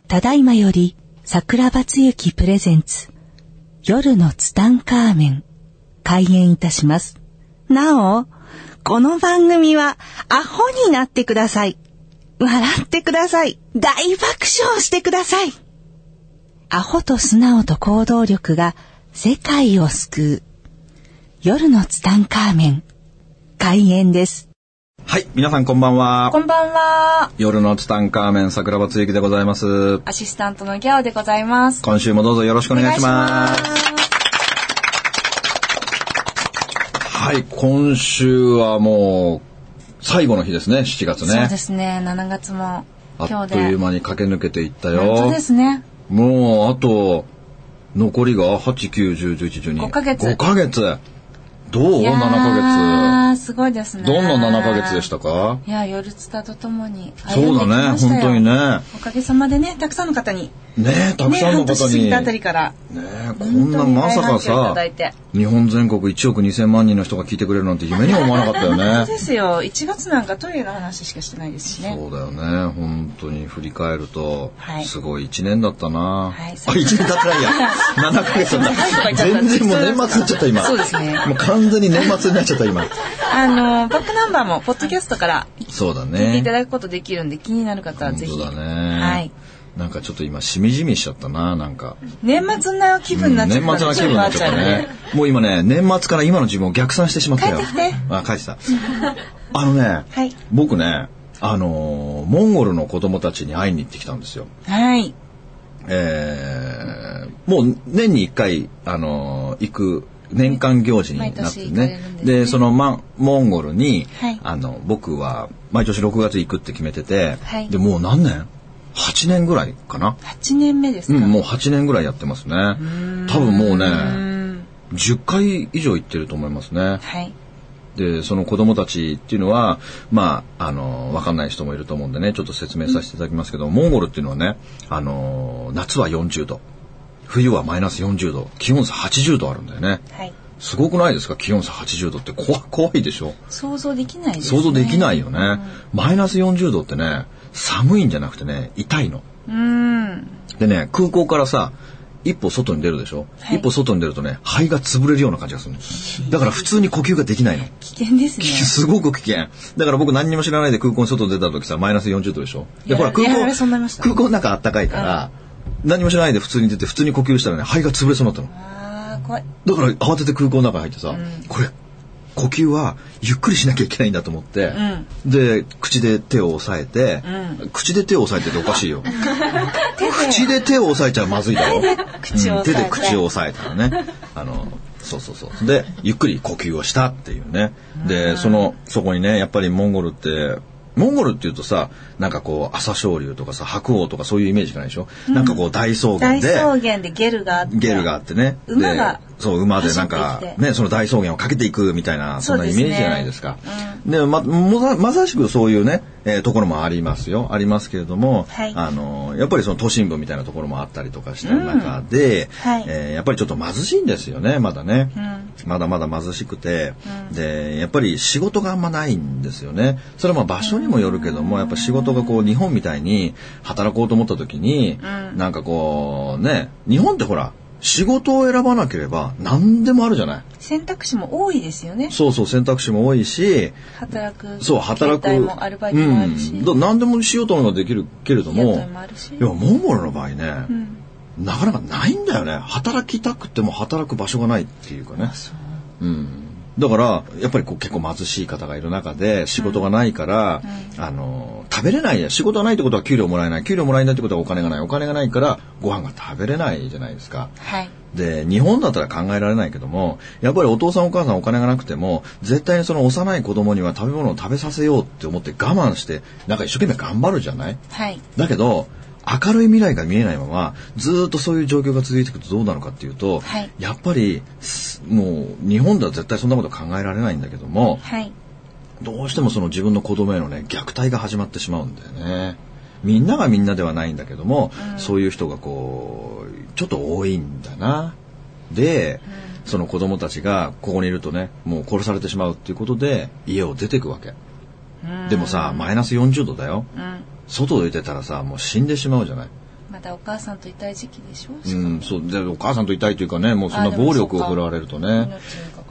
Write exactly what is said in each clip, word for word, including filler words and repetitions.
ただいまより桜庭つゆきプレゼンツ夜のツタンカーメン開演いたします。なお、この番組はアホになってください。笑ってください。大爆笑してください。アホと素直と行動力が世界を救う夜のツタンカーメン開演です。 はい、皆さんこんばんは。 こんばんは。 夜のツタンカーメン桜庭つゆきでございます。 アシスタントのギャオでございます。 今週もどうぞよろしくお願いします。はい、今週はもう最後の日ですね、しちがつね。 そうですね、しちがつも今日であっという間に駆け抜けていったよ。 本当ですね。 もうあと残りがはち、きゅう、じゅう、じゅういち、じゅうに。 ごかげつ。 ごかげつ。どう ?なな ヶ月。 すごいですね。 どんなななかげつでしたか？ いや、夜ツタとともにそうだね、本当にね。 おかげさまでね、たくさんの方に。 ね、たくさんの方に。ね、半年過ぎたあたりから。 ね、こんなまさかさ、日本全国いちおくにせんまんにんの人が聞いてくれるなんて夢にも思わなかったよね。 そうですよ。いちがつなんかトイレの話しかしてないですしね。 そうだよね。本当に振り返ると、 はい、 すごいいちねんだったな。 はい、 あ、いちねん経ってないや。ななかげつだった。全然もう年末になっちゃった今。 そうですね。 もう完全に年末になっちゃった今。 あのバックナンバーもポッドキャストからそうだね。 聞いていただくことできるんで、気になる方はぜひ。 そうだね。 はい。 なんかちょっと今しみじみしちゃったな、なんか年末な気分になっちゃった、 うん、年末な気分になっちゃったね。もう今ね、年末から今の自分を逆算してしまったよ。 帰ってきて。 あ、帰ってた。あのね、 はい、 僕ね、あのー、モンゴルの子供たちに会いに行ってきたんですよ。 はい。 えー、もう年にいっかい、あのー、行く年間行事になってね。で、ね、その、ま、モンゴルに、 はい、 あの僕は毎年ろくがつ行くって決めてて、 はい、 でもう何年はちねんぐらいかな。 はちねんめですか？ うん、もうはちねんぐらいやってますね。多分もうね、じゅっかい以上行ってると思いますね。 はい。 で、その子供たちっていうのは、まあ、あの、わかんない人もいると思うんでね、ちょっと説明させていただきますけど、うん、モンゴルっていうのはね、あの、夏はよんじゅうど、冬はマイナスよんじゅうど、気温差はちじゅうどあるんだよね。 はい。 すごくないですか？気温差はちじゅうどって怖怖いでしょ？ 想像できないですね。 想像できないよね。うん、マイナスよんじゅうどってね、寒いんじゃなくてね、痛いの。 うん。 でね、空港からさ、一歩外に出るでしょ、はい、一歩外に出るとね、肺が潰れるような感じがするの。だから普通に呼吸ができないの。 危険ですね。 すごく危険。だから僕何にも知らないで空港に外に出た時さ、マイナスよんじゅうどでしょ。で、ほら空港、空港の中あったかいから、何も知らないで普通に出て普通に呼吸したらね、肺が潰れそうになったの。 あー、怖い。 だから慌てて空港の中入ってさ、うん、これ、呼吸はゆっくりしなきゃいけないんだと思って、うん、で口で手を押さえて、うん、口で手を押さえてっておかしいよ。口で手を押さえちゃまずいだろ。 手で口を押さえて、 うん、手で口を押さえたらね。あのそうそうそう。でゆっくり呼吸をしたっていうね。でそのそこにね、やっぱりモンゴルってモンゴルっていうとさ、なんかこう朝青龍とかさ、白王とかそういうイメージがないでしょ、うん、なんかこう大草原で大草原でゲルがあってゲルがあってね、 馬がそう馬でなんかね、その大草原をかけていくみたいな、そんなイメージじゃないですか。で、ね、うん、まままさしくそういうね、えー、ところもありますよ、ありますけれども、はい、あのやっぱりその都心部みたいなところもあったりとかしてる中で、うん、はい、えー、やっぱりちょっと貧しいんですよね、まだね、うん、まだまだ貧しくて、うん、でやっぱり仕事があんまないんですよね。それはまあ場所にもよるけども、やっぱ仕事がこう日本みたいに働こうと思った時に、うん、なんかこうね、日本ってほら仕事を選ばなければ何でもあるじゃない。 選択肢も多いですよね。 そうそう、選択肢も多いし、 働く、 そう働く、 もアルバイトもあるし、 うん、何でもしようと思えばできるけれども、 もいやモンゴルの場合ね、うん、なかなかないんだよね。働きたくても働く場所がないっていうかね。う、うん、だからやっぱりこう結構貧しい方がいる中で仕事がないから、うん、あの食べれないや。仕事がないってことは給料もらえない、給料もらえないってことはお金がない、お金がないからご飯が食べれないじゃないですか。 はい。で日本だったら考えられないけども、やっぱりお父さんお母さんお金がなくても絶対にその幼い子供には食べ物を食べさせようって思って我慢してなんか一生懸命頑張るじゃない。 はい。 だけど明るい未来が見えないままずっとそういう状況が続いていくとどうなのかっていうと、はい、やっぱりもう日本では絶対そんなこと考えられないんだけども、 はい、 どうしてもその自分の子供へのね虐待が始まってしまうんだよね。みんながみんなではないんだけども、うん、そういう人がこうちょっと多いんだな。で、うん、その子供たちがここにいるとね、もう殺されてしまうっていうことで家を出てくわけ、うん、でもさマイナスよんじゅうどだよ、うん、外出てたらさもう死んでしまうじゃない。 まだお母さんといたい時期でしょ。 うん、そうでお母さんといたいというかね、もうそんな暴力を振るわれるとね。うん、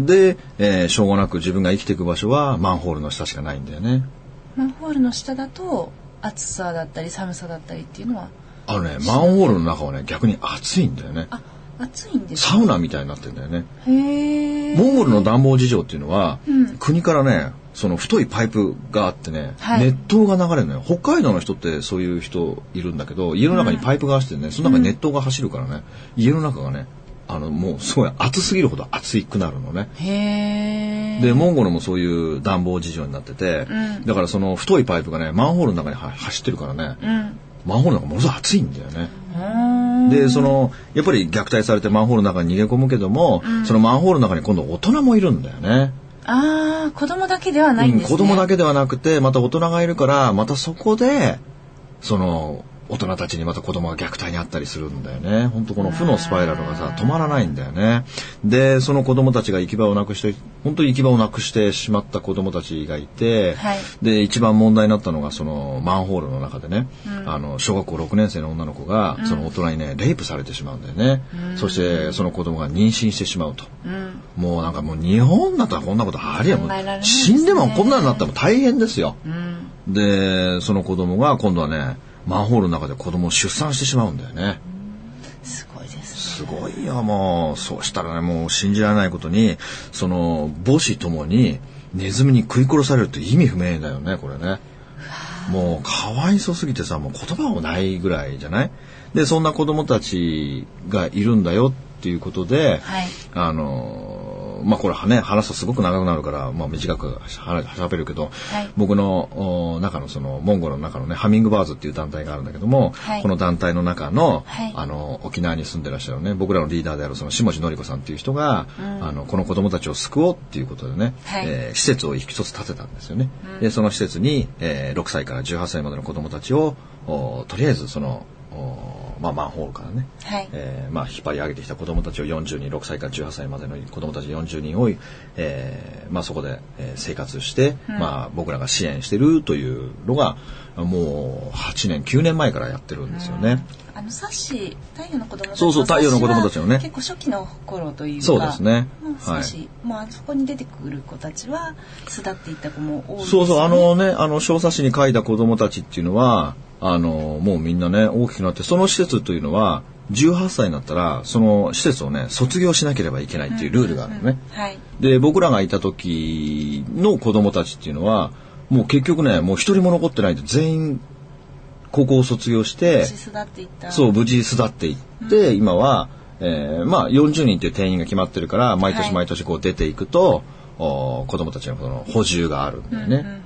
で、えー、しょうがなく自分が生きていく場所はマンホールの下しかないんだよね。 マンホールの下だと暑さだったり寒さだったりっていうのはあのね、マンホールの中はね逆に暑いんだよね。 あ、暑いんですか。 サウナみたいになってるんだよね。 へー。 モンゴルの暖房事情っていうのは、 うん、 国からねその太いパイプがあってね、はい、熱湯が流れるのよ。北海道の人ってそういう人いるんだけど、家の中にパイプが走ってね、その中に熱湯が走るからね、うん、家の中がねあのもうすごい暑すぎるほど暑くなるのね。 へー。 でモンゴルもそういう暖房事情になってて、うん、だからその太いパイプがねマンホールの中に走ってるからね、うん、マンホールの中ものすごい暑いんだよね。でそのやっぱり虐待されてマンホールの中に逃げ込むけども、うん、そのマンホールの中に今度大人もいるんだよね。 ああ、子供だけではないんですね。 うん、子供だけではなくてまた大人がいるから、またそこでその大人たちにまた子供が虐待にあったりするんだよね。本当この負のスパイラルがさ止まらないんだよね。でその子供たちが行き場をなくして本当に行き場をなくしてしまった子供たちがいて、はい、で一番問題になったのがそのマンホールの中でね、うん、あの小学校ろくねん生の女の子が、うん、その大人にねレイプされてしまうんだよね。うん、そしてその子供が妊娠してしまうと、うん、もうなんかもう日本だったらこんなことありえん、ね、死んでもこんなになったら大変ですよ。うん、でその子供が今度はねマンホールの中で子供を出産してしまうんだよね。 すごいですね。 すごいよ。もうそうしたらねもう信じられないことにその母子ともにネズミに食い殺されるって意味不明だよねこれね。もうかわいそうすぎてさもう言葉もないぐらいじゃない。でそんな子供たちがいるんだよっていうことで、はい、あのまあこれはね話すとすごく長くなるから、まあ、短く喋るけど、はい、僕の中のそのモンゴルの中のねハミングバーズっていう団体があるんだけども、はい、この団体の中の、はい、あの沖縄に住んでらっしゃるね僕らのリーダーであるその下地のり子さんっていう人が、うん、あのこの子供たちを救おうっていうことでね、はいえー、施設を一つ建てたんですよね。うん、でその施設に、えー、ろくさいからじゅうはっさいまでの子供たちをとりあえずそのまあ、マンホールからね、はいえーまあ、引っ張り上げてきた子どもたちをよんじゅうにんろくさいからじゅうはっさいまでの子どもたちよんじゅうにんを、えーまあ、そこで、えー、生活して、うんまあ、僕らが支援してるというのがもうはちねんきゅうねんまえからやってるんですよね。 うん、あのサッシ太陽の子どもたちそうそう太陽の子どもたちのね結構初期の頃というかそうですね、 もう少し、はいまあそこに出てくる子たちは巣立っていった子も多いです、ね、 そうそうあのねあの小冊子に書いた子どもたちっていうのはあのもうみんなね大きくなってその施設というのはじゅうはっさいになったらその施設をね卒業しなければいけないっていうルールがあるのね、うんうんはい、で僕らがいた時の子どもたちっていうのはもう結局ねもう一人も残ってないんで全員高校を卒業して無事巣立っていったそう無事巣立っていって、うん、今は、えー、まあよんじゅうにんっていう定員が決まってるから毎年毎年こう出ていくと、はい、お子どもたちのその補充があるんだよね、うんうんうんうん、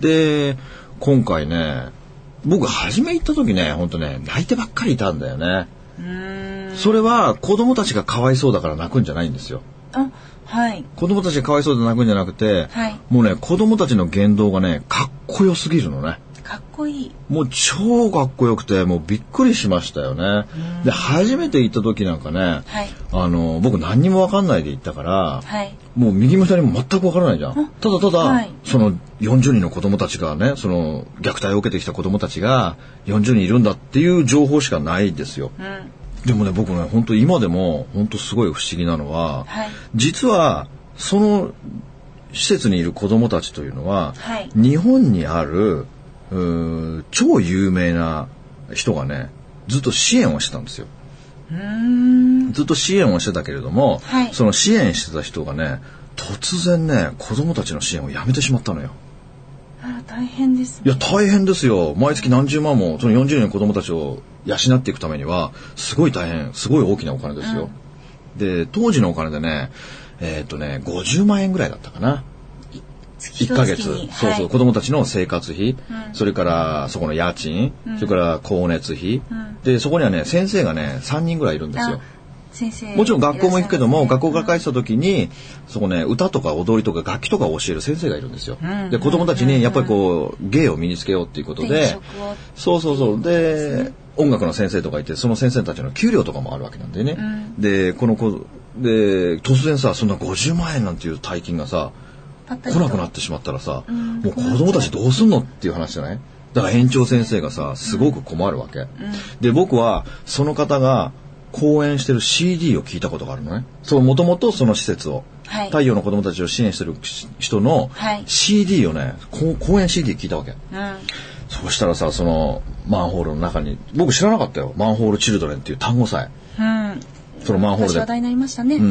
で今回ね僕初め行った時ね本当ね泣いてばっかりいたんだよね。うーんそれは子供たちがかわいそうだから泣くんじゃないんですよ。 あ、はい、 子供たちがかわいそうで泣くんじゃなくて、はい、もうね子供たちの言動がねかっこよすぎるのね。 かっこいい。 もう超かっこよくてもうびっくりしましたよね。で初めて行った時なんかね、はい、あの僕何にも分かんないで行ったから、はい、もう右も左も全く分からないじゃん。ただただ、はい、そのよんじゅうにんの子供たちがねその虐待を受けてきた子供たちがよんじゅうにんいるんだっていう情報しかないですよ。うん、でもね僕ね本当今でも本当すごい不思議なのは、はい、実はその施設にいる子供たちというのは、はい、日本にあるう超有名な人がねずっと支援をしてたんですよ。うーんずっと支援をしてたけれども、はい、その支援してた人がね突然ね子供たちの支援をやめてしまったのよ。 あ大変ですね。 いや大変ですよ。毎月何十万もそのよんじゅうにんの子供たちを養っていくためにはすごい大変すごい大きなお金ですよ。うん、で当時のお金でねえー、っとねごじゅうまんえんぐらいだったかな。いっかげつそうそう、はい、子供たちの生活費、うん、それからそこの家賃、うん、それから光熱費、うん、でそこにはね先生がねさんにんぐらいいるんですよ。 先生もちろん学校も行くけども、ね、学校から帰った時にそこね歌とか踊りとか楽器とかを教える先生がいるんですよ。うん、で子供たちにやっぱりこう芸を身につけようっていうことで、そうそうそうで音楽の先生とかいてその先生たちの給料とかもあるわけなんでね。うん、でこの子で突然さそんなごじゅうまんえんなんていう大金がさ来なくなってしまったらさ、うん、もう子供たちどうすんのっていう話じゃない。だかだから園長先生がさすごく困るわけ、うん、で僕はその方が講演してる シーディー を聞いたことがあるのね。そう、もともとその施設を、はい、太陽の子供たちを支援してる人の シーディー をね、講演 シーディー 聞いたわけ、うん、そうしたらさ、そのマンホールの中に、僕知らなかったよ、マンホールチルドレンっていう単語さえ、うん、そのマンホールで話題になりましたね、うんうん、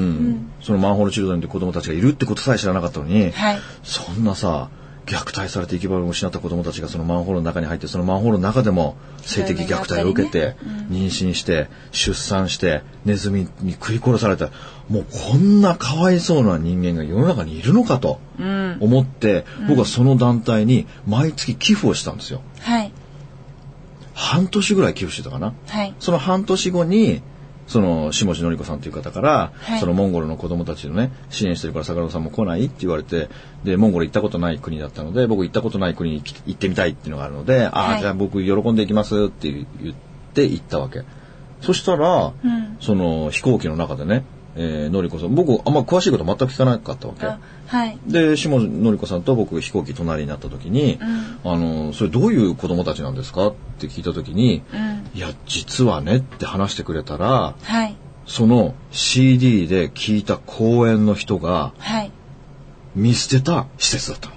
そのマンホールチルドレンって子供たちがいるってことさえ知らなかったのに、はい、そんなさ虐待されて行き場を失った子どもたちがそのマンホールの中に入って、そのマンホールの中でも性的虐待を受けて、ねうん、妊娠して出産してネズミに食い殺された、もうこんなかわいそうな人間が世の中にいるのかと思って、うん、僕はその団体に毎月寄付をしたんですよ、はい、半年ぐらい寄付してたかな、はい、その半年後にその下地のり子さんという方から、はい、そのモンゴルの子供たちのね支援してるから坂本さんも来ないって言われて、でモンゴル行ったことない国だったので、僕行ったことない国に行ってみたいっていうのがあるので、はい、ああじゃあ僕喜んで行きますって言って行ったわけ。そしたら、うん、その飛行機の中でね、えー、のりこさん、僕あんま詳しいこと全く聞かなかったわけ、はい、で下地のりこさんと僕飛行機隣になった時に、うん、あのそれどういう子供たちなんですかって聞いた時に、うん、いや実はねって話してくれたら、はい、その シーディー で聞いた講演の人が、はい、見捨てた施設だったの。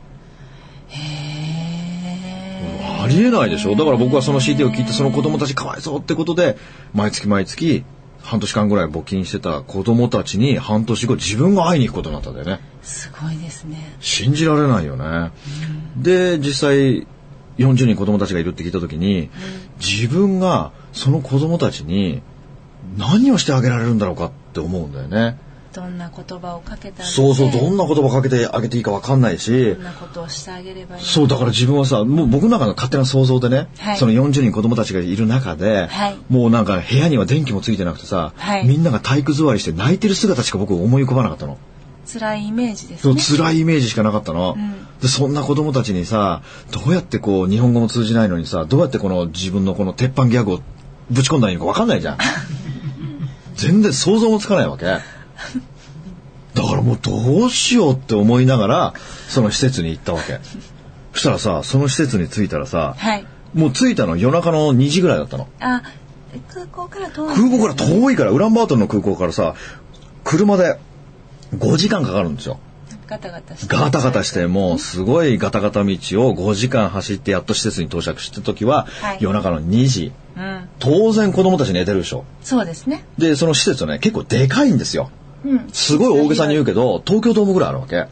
へー、ありえないでしょ。だから僕はその シーディー を聞いて、その子供たちかわいそうってことで毎月毎月半年間ぐらい募金してた子供たちに半年後自分が会いに行くことになったんだよね。 すごいですね。 信じられないよね、うん、で実際よんじゅうにん子供たちがいるって聞いた時に、うん、自分がその子供たちに何をしてあげられるんだろうかって思うんだよね。 どんな言葉をかけてあげて、 そうそう、どんな言葉をかけてあげていいか分かんないし、 どんなことをしてあげればいい。 そうだから自分はさ、もう僕の中の勝手な想像でね、はい、そのよんじゅうにん子供たちがいる中で、はい、もうなんか部屋には電気もついてなくてさ、はい、みんなが体育座りして泣いてる姿しか僕思い浮かばなかったの。 辛いイメージですね。 そう、辛いイメージしかなかったの、うん、でそんな子供たちにさ、どうやってこう日本語も通じないのにさ、どうやってこの自分のこの鉄板ギャグをぶち込んだらいいのか分かんないじゃん全然想像もつかないわけだからもうどうしようって思いながらその施設に行ったわけそしたらさ、その施設に着いたらさ、はい、もう着いたの夜中のにじぐらいだったの。 あ、空港から遠い、 空港から遠いから、ウランバートルの空港からさ車でごじかんかかるんですよ。 ガタガタしてガタガタしてもうすごいガタガタ道をごじかん走ってやっと施設に到着した時は、はい、夜中のにじ、うん、当然子供たち寝てるでしょ。 そうですね。 でその施設はね結構でかいんですよ、うん、すごい大げさに言うけど東京ドームぐらいあるわけ、うん、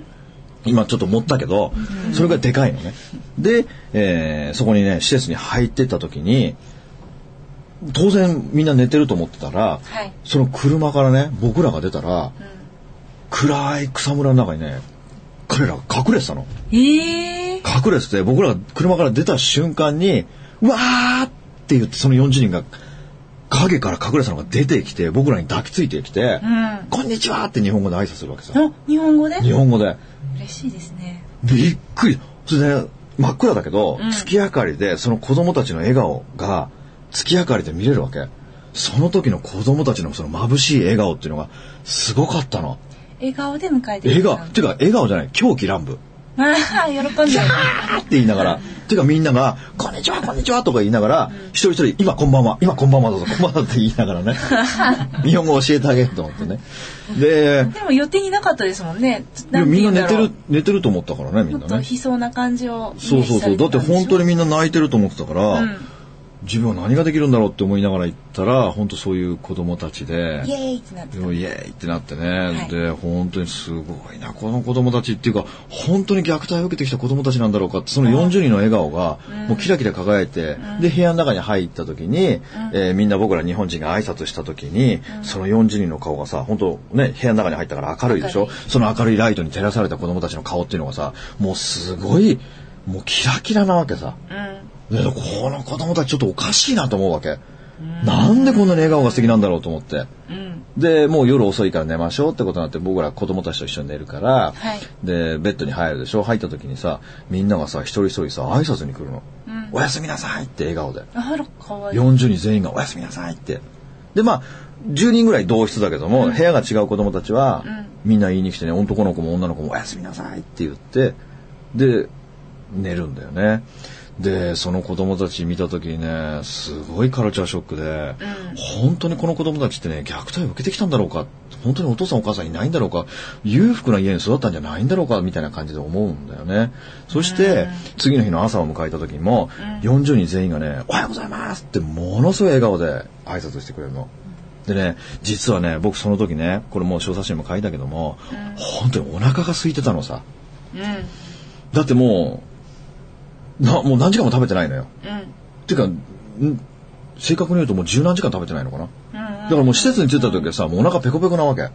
今ちょっと持ったけど、うん、それがでかいのね。で、えー、そこにね施設に入ってった時に当然みんな寝てると思ってたら、はい、その車からね僕らが出たら、うん、暗い草むらの中にね彼らが隠れてたの、えー、隠れてて、僕らが車から出た瞬間にうわーって言ってそのよんじゅうにんが影から隠れてたのが出てきて僕らに抱きついてきて、うん、こんにちはって日本語で挨拶するわけさ。 日本語で日本語で嬉しいですね。 びっくり。それで、ね、真っ暗だけど、うん、月明かりでその子供たちの笑顔が月明かりで見れるわけ。その時の子供たちのその眩しい笑顔っていうのがすごかったの。 笑顔で迎えて笑顔っていうか笑顔じゃない、狂喜乱舞。 ああ、喜んでるって言いながら、っていうかみんながこんにちはこんにちはとか言いながら、うん、一人一人今こんばんは今こんばんはだぞこんばんはって言いながらね日本語を教えてあげると思ってね。 ででも予定になかったですもんね。 みんな寝てる寝てると思ったからね、みんなね。 もっと悲壮な感じを。 そうそうそう、だって本当にみんな泣いてると思ってたから、うん、自分は何ができるんだろうって思いながら行ったら本当そういう子供たちでイエーイってなってイエーイってなってね、はい、で本当にすごいなこの子供たちっていうか本当に虐待を受けてきた子供たちなんだろうかって、そのよんじゅうにんの笑顔がもうキラキラ輝いて、うん、で部屋の中に入った時に、うん、えー、みんな僕ら日本人が挨拶した時に、うん、そのよんじゅうにんの顔がさ本当ね部屋の中に入ったから明るいでしょ。その明るいライトに照らされた子供たちの顔っていうのがさもうすごいもうキラキラなわけさ、うん、でこの子供たちちょっとおかしいなと思うわけ。なんでこんなに笑顔が素敵なんだろうと思って、うん、でもう夜遅いから寝ましょうってことになって僕ら子供たちと一緒に寝るから、はい、でベッドに入るでしょ。入った時にさみんながさ一人一人さ挨拶に来るの、うん、おやすみなさいって笑顔で。 あらかわいい。 よんじゅうにん全員がおやすみなさいって。でまあじゅうにんぐらい同室だけども、うん、部屋が違う子供たちは、うん、みんな言いに来てね、男の子も女の子もおやすみなさいって言って、で寝るんだよね。でその子供たち見た時にねすごいカルチャーショックで、うん、本当にこの子供たちってね虐待を受けてきたんだろうか、本当にお父さんお母さんいないんだろうか、裕福な家に育ったんじゃないんだろうかみたいな感じで思うんだよね。そして、うん、次の日の朝を迎えた時にも、うん、よんじゅうにん全員がねおはようございますってものすごい笑顔で挨拶してくれるの。でね実はね僕その時ねこれもう小冊子にも書いたけども、うん、本当にお腹が空いてたのさ、うん、だってもうなもう何時間も食べてないのよ、うん、っていうかん正確に言うともう十何時間食べてないのかな、うんうん、だからもう施設に着いた時はさもうお腹ペコペコなわけ、うん、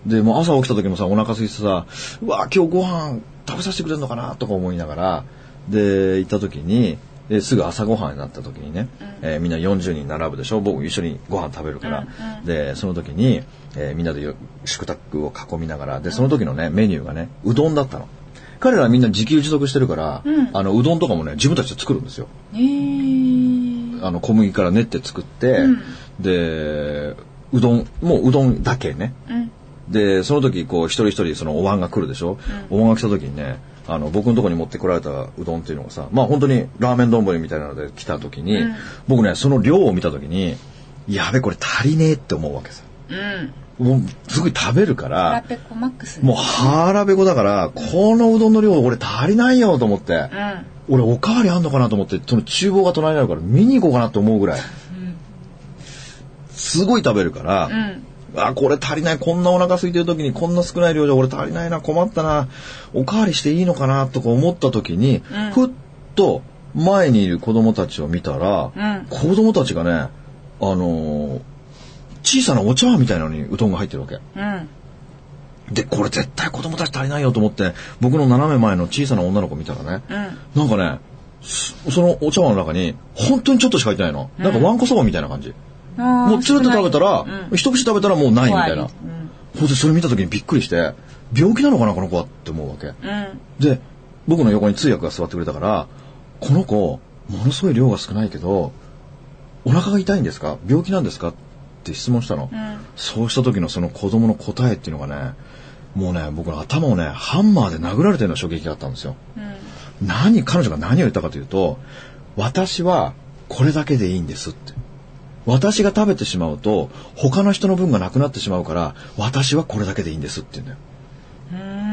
でもう朝起きた時もさお腹空いてさうわ今日ご飯食べさせてくれるのかなとか思いながらで行った時にですぐ朝ごはんになった時にね、うんえー、みんなよんじゅうにん並ぶでしょ、僕一緒にご飯食べるから、うんうん、でその時に、えー、みんなで食卓を囲みながらでその時のねメニューがねうどんだったの。彼らはみんな自給自足してるから、うん、あのうどんとかもね自分たちで作るんですよ。へー。あの小麦から練って作って、うん、でうどんもううどんだけね、うん、でその時こう一人一人そのお椀が来るでしょ、うん、お椀が来た時にねあの僕のところに持ってこられたうどんっていうのがさまあ本当にラーメン丼みたいなので来た時に、うん、僕ねその量を見た時にやべこれ足りねえって思うわけさ、うんもうすごい食べるから腹ペコマックス、 ね、もう腹ペコだから、うん、このうどんの量俺足りないよと思って、うん、俺おかわりあんのかなと思ってその厨房が隣にあるから見に行こうかなと思うぐらい、うん、すごい食べるから、うん、あこれ足りないこんなお腹空いてる時にこんな少ない量じゃ俺足りないな困ったなおかわりしていいのかなとか思った時に、うん、ふっと前にいる子供たちを見たら、うん、子供たちがねあのー小さなお茶碗みたいなのにうどんが入ってるわけ、うん、でこれ絶対子供たち足りないよと思って僕の斜め前の小さな女の子見たらね、うん、なんかねそのお茶碗の中に本当にちょっとしか入ってないの、うん、なんかわんこそばみたいな感じ、うん、もうつるっと食べたら、うん、一口食べたらもうないみたいな、うん、でそれ見た時にびっくりして病気なのかなこの子はって思うわけ、うん、で僕の横に通訳が座ってくれたからこの子ものすごい量が少ないけどお腹が痛いんですか病気なんですかって質問したの、うん、そうした時のその子供の答えっていうのがねもうね僕の頭をねハンマーで殴られたような衝撃があったんですよ、うん、何彼女が何を言ったかというと私はこれだけでいいんですって私が食べてしまうと他の人の分がなくなってしまうから私はこれだけでいいんですって言うんだよ。う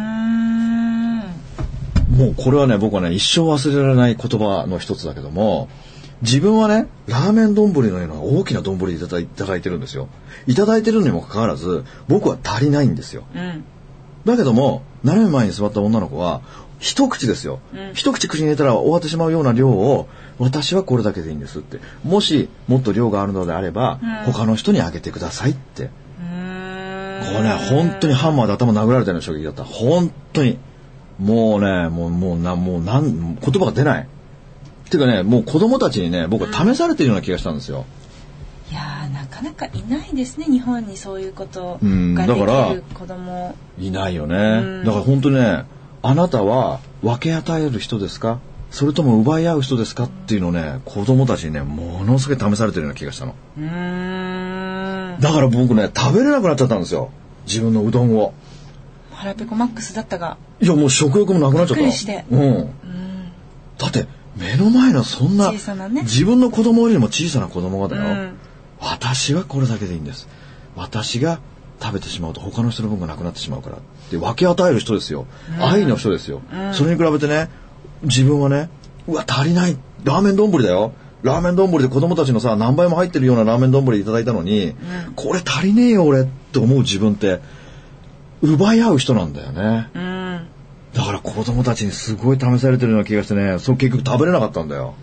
ーんもうこれはね僕はね一生忘れられない言葉の一つだけども自分はねラーメン丼のような大きな丼でいただいてるんですよ。いただいてるにもかかわらず僕は足りないんですよ、うん、だけども斜め前に座った女の子は一口ですよ、うん、一口口に入れたら終わってしまうような量を私はこれだけでいいんですってもしもっと量があるのであれば、うん、他の人にあげてくださいってこれね本当にハンマーで頭殴られたような衝撃だった。本当にもうねもうもうなもうなん言葉が出ないっていうかねもう子供たちにね僕は試されてるような気がしたんですよ、 うん、いやーなかなかいないですね日本にそういうことができる子供、 うん、いないよね、うん、だから本当にねあなたは分け与える人ですかそれとも奪い合う人ですかっていうのをね子供たちにねものすごい試されてるような気がしたの。うーんだから僕ね食べれなくなっちゃったんですよ自分のうどんを。 腹ペコマックスだったがいやもう食欲もなくなっちゃった。びっくりして、うんうん、だって目の前のそんな、ね、自分の子供よりも小さな子供がだよ、うん、私はこれだけでいいんです。私が食べてしまうと他の人の分がなくなってしまうからって分け与える人ですよ、うん、愛の人ですよ、うん、それに比べてね自分はねうわ足りないラーメン丼だよラーメン丼で子供たちのさ何倍も入ってるようなラーメン丼いただいたのに、うん、これ足りねえよ俺って思う自分って奪い合う人なんだよね、うん、だから子供たちにすごい試されてるような気がしてねそう結局食べれなかったんだよ。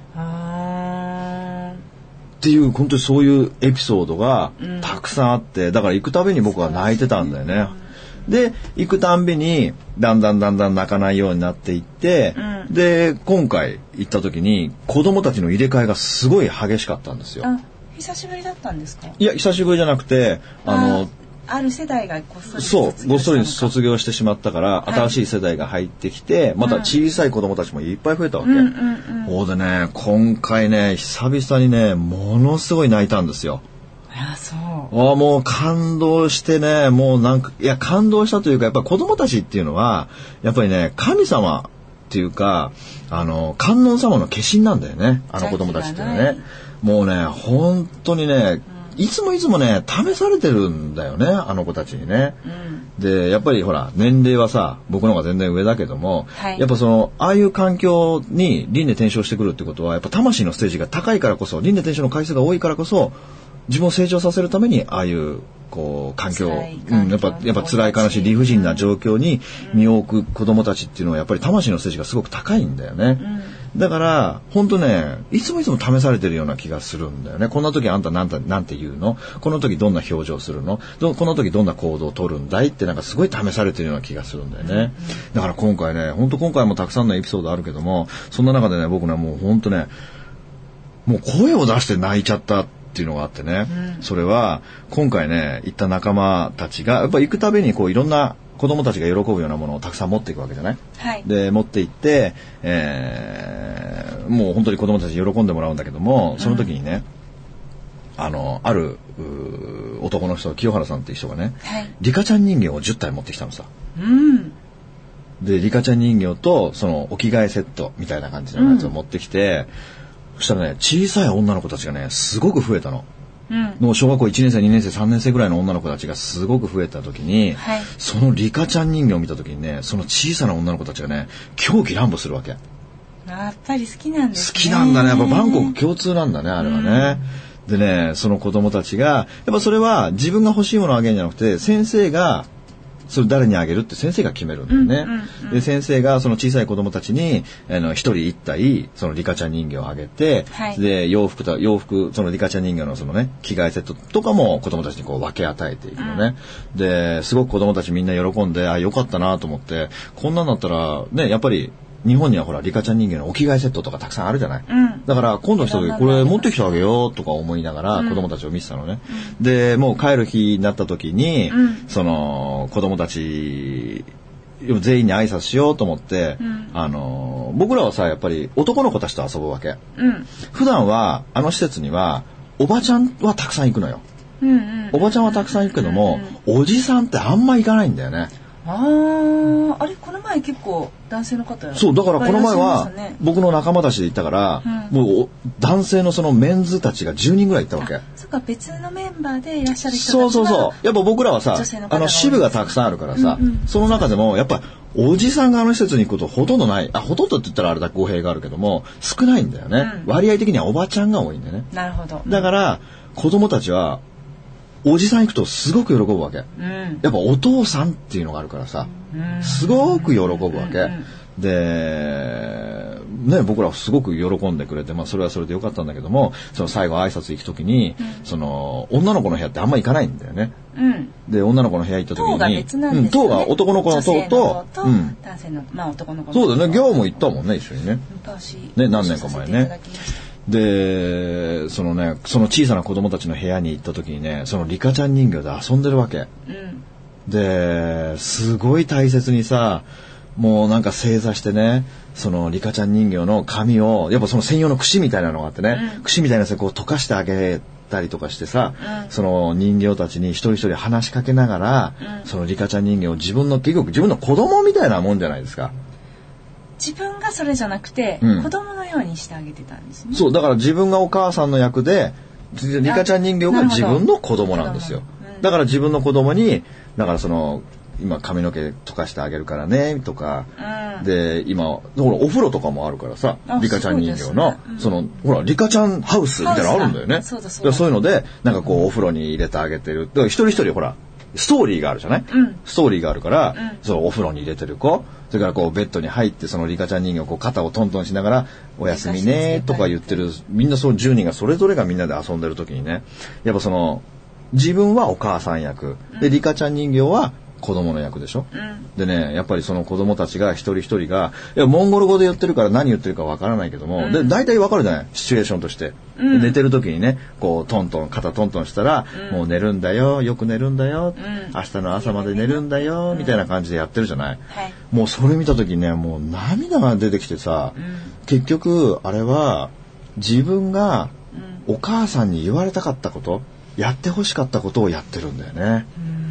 あっていう本当にそういうエピソードがたくさんあって、うん、だから行くたびに僕は泣いてたんだよね、うん、で行くたんびにだんだんだんだん泣かないようになっていって、うん、で今回行った時に子供たちの入れ替えがすごい激しかったんですよ。 あ久しぶりだったんですか。 いや久しぶりじゃなくてあのある世代がごっそりそうごっそり卒業してしまったから、はい、新しい世代が入ってきてまた小さい子供たちもいっぱい増えたわけ、うんうんうんうん、そうでね今回ね久々にねものすごい泣いたんですよ。 ああそうあもう感動してねもうなんかいや感動したというかやっぱり子供たちっていうのはやっぱりね神様っていうか、あの観音様の化身なんだよね、あの子供たちってね。もうね本当にね、いつもいつもね試されてるんだよね、あの子たちにね、うん、でやっぱりほら年齢はさ僕の方が全然上だけども、はい、やっぱそのああいう環境に輪廻転生してくるってことはやっぱ魂のステージが高いからこそ、輪廻転生の回数が多いからこそ自分を成長させるためにああいうこう環境、うん、やっぱやっぱ辛い悲しい理不尽な状況に身を置く子供たちっていうのはやっぱり魂のステージがすごく高いんだよね、うん、だから本当ねいつもいつも試されてるような気がするんだよね。こんな時あんたなんてなんて言うの、この時どんな表情するの、どこの時どんな行動を取るんだいってなんかすごい試されてるような気がするんだよね、うん、だから今回ね本当今回もたくさんのエピソードあるけども、そんな中でね僕ねもう本当ねもう声を出して泣いちゃったっていうのがあってね、うん、それは今回ね行った仲間たちがやっぱ行くたびにこういろんな子供たちが喜ぶようなものをたくさん持っていくわけじゃない、はい、で持って行って、えー、もう本当に子供たちに喜んでもらうんだけども、その時にね、うん、あのある男の人清原さんっていう人がね、はい、リカちゃん人形をじゅったい持ってきたのさ、うん、でリカちゃん人形とそのお着替えセットみたいな感じのやつを持ってきて、うん、そしたらね小さい女の子たちがねすごく増えたの、うん、もう小学校いちねん生にねん生さんねん生ぐらいの女の子たちがすごく増えた時に、はい、そのリカちゃん人形を見た時にねその小さな女の子たちがね狂喜乱舞するわけ。 やっぱり好きなんですね。 好きなんだね、やっぱバンコク共通なんだねあれはね、うん、でねその子供たちがやっぱそれは自分が欲しいものをあげるんじゃなくて先生がそれ誰にあげるって先生が決めるんだよね、うんうんうん、で先生がその小さい子供たちにあの一人一体そのリカちゃん人形をあげて、はい、で洋服と洋服そのリカちゃん人形のそのね着替えセットとかも子供たちにこう分け与えていくのね、うん、ですごく子供たちみんな喜んであよかったなと思って、こんなんだったらねやっぱり日本にはほらリカちゃん人形のお着替えセットとかたくさんあるじゃない、うん、だから今度一人これ持ってきてあげようとか思いながら子供たちを見てたのね、うん、でもう帰る日になった時に、うん、その子供たち全員に挨拶しようと思って、うん、あの僕らはさやっぱり男の子たちと遊ぶわけ、うん、普段はあの施設にはおばちゃんはたくさん行くのよ、うんうん、おばちゃんはたくさん行くけども、うんうん、おじさんってあんま行かないんだよね。 あー、あれこの前結構男性の方やそうだからこの前は僕の仲間たちで行ったから、うん、もう男性のそのメンズたちがじゅうにんぐらい行ったわけ。 そっか別のメンバーでいらっしゃる人たちがそうそうそうやっぱ僕らはさあの支部がたくさんあるからさ、うんうん、その中でもやっぱおじさんがあの施設に行くことほとんどない。あほとんどって言ったらあれだ語弊があるけども少ないんだよね、うん、割合的にはおばちゃんが多いんだよね。 なるほど。 だから子供たちはおじさん行くとすごく喜ぶわけ、うん、やっぱお父さんっていうのがあるからさ、うん、すごく喜ぶわけ、うん、で、ね、僕らすごく喜んでくれて、まあ、それはそれでよかったんだけどもその最後挨拶行く時に、うん、その女の子の部屋ってあんま行かないんだよね、うん、で女の子の部屋行った時に棟が別なんですよね、 うん、棟が男の子の棟と、 と、うん、男性の、まあ、男の子のそうだね業務行ったもんね一緒にね昔ね何年か前ね。でそのねその小さな子供たちの部屋に行った時にねそのリカちゃん人形で遊んでるわけ、うん、ですごい大切にさもうなんか正座してねそのリカちゃん人形の髪をやっぱその専用の櫛みたいなのがあってね、うん、櫛みたいなやつでこう溶かしてあげたりとかしてさ、うん、その人形たちに一人一人話しかけながら、うん、そのリカちゃん人形を自分の結局自分の子供みたいなもんじゃないですか。 自分がそれじゃなくて、うん、子供のようにしてあげてたんですね。 そうだから自分がお母さんの役でリカちゃん人形が自分の子供なんですよ、うん、だから自分の子供にだからその今髪の毛溶かしてあげるからねとか、うん、で今ほらお風呂とかもあるからさリカちゃん人形の、ねうん、そのほらリカちゃんハウスみたいなのあるんだよね。 そうだそうだそういうのでなんかこうお風呂に入れてあげてるだから一人一人ほらストーリーがあるじゃない、うん、ストーリーがあるから、うん、そのお風呂に入れてる子それからこうベッドに入ってそのリカちゃん人形をこう肩をトントンしながらおやすみねとか言ってるみんなそのじゅうにんがそれぞれがみんなで遊んでる時にねやっぱその自分はお母さん役でリカちゃん人形は子供の役でしょ、うん、でねやっぱりその子供たちが一人一人がいやモンゴル語で言ってるから何言ってるかわからないけども、うん、で大体わかるじゃないシチュエーションとして、うん、寝てる時にねこうトントン肩トントンしたら、うん、もう寝るんだよよく寝るんだよ、うん、明日の朝まで寝るんだよ、うん、みたいな感じでやってるじゃない、はい、もうそれ見た時にねもう涙が出てきてさ、うん、結局あれは自分がお母さんに言われたかったことやってほしかったことをやってるんだよね、うん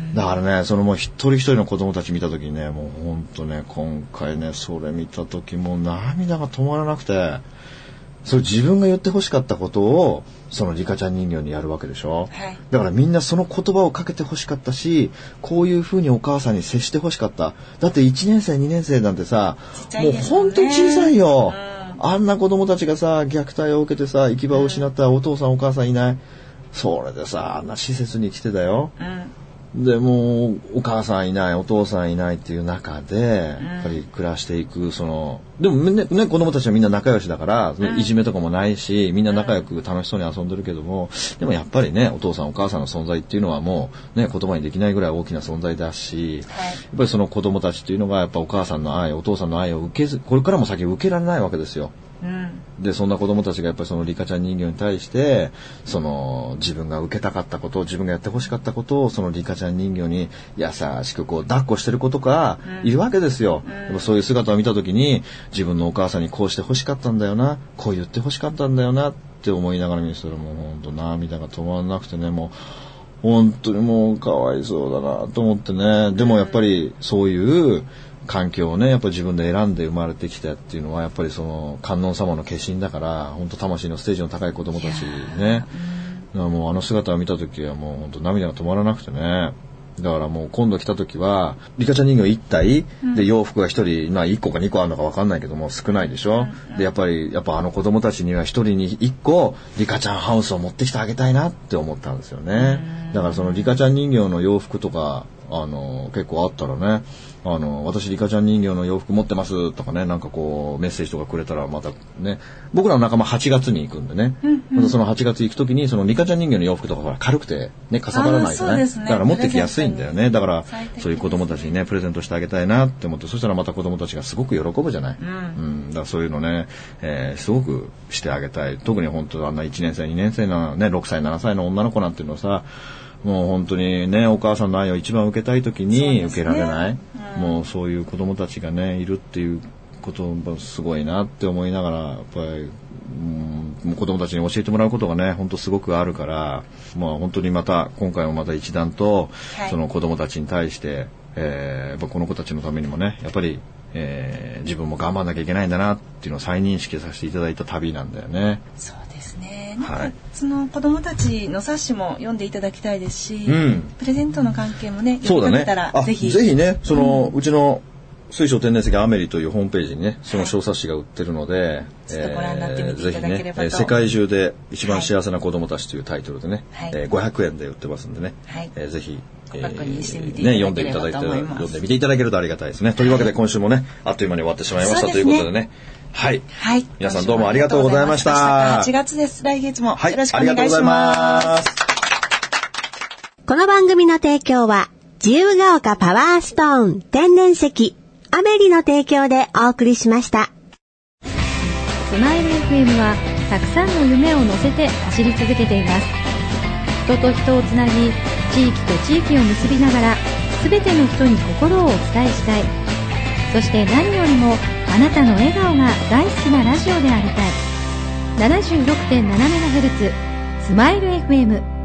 だからね、そのもう一人一人の子供たち見た時にね、もうほんとね、今回ね、それ見た時もう涙が止まらなくて、それ自分が言って欲しかったことをそのリカちゃん人形にやるわけでしょ、はい、だからみんなその言葉をかけて欲しかったし、こういう風にお母さんに接して欲しかった。だっていちねん生にねん生なんてさ、もう本当に小さいよ、うん、あんな子供たちがさ虐待を受けてさ行き場を失ったお父さんお母さんいない、それでさあんな施設に来てたよ、うん、でもうお母さんいないお父さんいないっていう中でやっぱり暮らしていく、そのでも ね, ね子供たちはみんな仲良しだから、うん、いじめとかもないしみんな仲良く楽しそうに遊んでるけども、でもやっぱりねお父さんお母さんの存在っていうのはもうね言葉にできないぐらい大きな存在だし、はい、やっぱりその子供たちっていうのがやっぱお母さんの愛お父さんの愛を受けずこれからも先受けられないわけですよ。うん、でそんな子供たちがやっぱりそのリカちゃん人形に対してその自分が受けたかったことを自分がやってほしかったことをそのリカちゃん人形に優しくこう抱っこしてる子とかいるわけですよ、うん、やっぱそういう姿を見た時に自分のお母さんにこうしてほしかったんだよな、こう言ってほしかったんだよなって思いながら見せたらもう本当涙が止まらなくてね、もう本当にもうかわいそうだなと思ってね。でもやっぱりそういう環境をねやっぱり自分で選んで生まれてきたっていうのはやっぱりその観音様の化身だから本当魂のステージの高い子供たちね、だからもうあの姿を見た時はもう本当涙が止まらなくてね。だからもう今度来た時はリカちゃん人形一体、うん、で洋服が一人まあ一個か二個あるのか分かんないけども少ないでしょ、うんうん、でやっぱりやっぱあの子供たちには一人に一個リカちゃんハウスを持ってきてあげたいなって思ったんですよね、うん、だからそのリカちゃん人形の洋服とかあの結構あったらね、あの私リカちゃん人形の洋服持ってますとかね、なんかこうメッセージとかくれたらまたね、僕らの仲間はちがつに行くんでね、うんうん、またそのはちがつ行く時にそのリカちゃん人形の洋服とかほら軽くてねかさばらないと ね, ねだから持ってきやすいんだよね。だからそういう子供たちにねプレゼントしてあげたいなって思って、そしたらまた子供たちがすごく喜ぶじゃない、うんうん、だからそういうのね、えー、すごくしてあげたい。特に本当あんないちねん生にねん生のねろくさいななさいの女の子なんていうのはさ、もう本当にねお母さんの愛を一番受けたい時に受けられない、ねうん、もうそういう子供たちがねいるっていうことがすごいなって思いながら、やっぱり、うん、子供たちに教えてもらうことがね本当すごくあるから、まあ本当にまた今回もまた一段と、はい、その子供たちに対して、えー、やっぱこの子たちのためにもねやっぱり、えー、自分も頑張んなきゃいけないんだなっていうのを再認識させていただいた旅なんだよね。 そうですね。なんかその子どもたちの冊子も読んでいただきたいですし、うん、プレゼントの関係もね読みかけたら、ね、ぜひぜひねその、うん、うちの水晶天然石アメリというホームページにねその小冊子が売ってるので、はい、 ちょっとご覧になってみていただければと、 えー、ぜひね世界中で一番幸せな子どもたちというタイトルでね、はいえー、ごひゃくえんで売ってますんでね、はいえー、ぜひご確認してみていただければと思います、えーね、読んでいただいて読んでみていただけるとありがたいですね。というわけで今週もねあっという間に終わってしまいました、ね、ということでねはい、はい、皆さんどうもありがとうございました。 はちがつです。来月もよろしくお願いします。 この番組の提供は自由が丘パワーストーン天然石アメリの提供でお送りしました。 スマイル エフエム はたくさんの夢を乗せて走り続けています。人と人をつなぎ地域と地域を結びながら全ての人に心をお伝えしたい。そして何よりもあなたの笑顔が大好きなラジオでありたい。 ななじゅうろくてんななメガヘルツ スマイル エフエム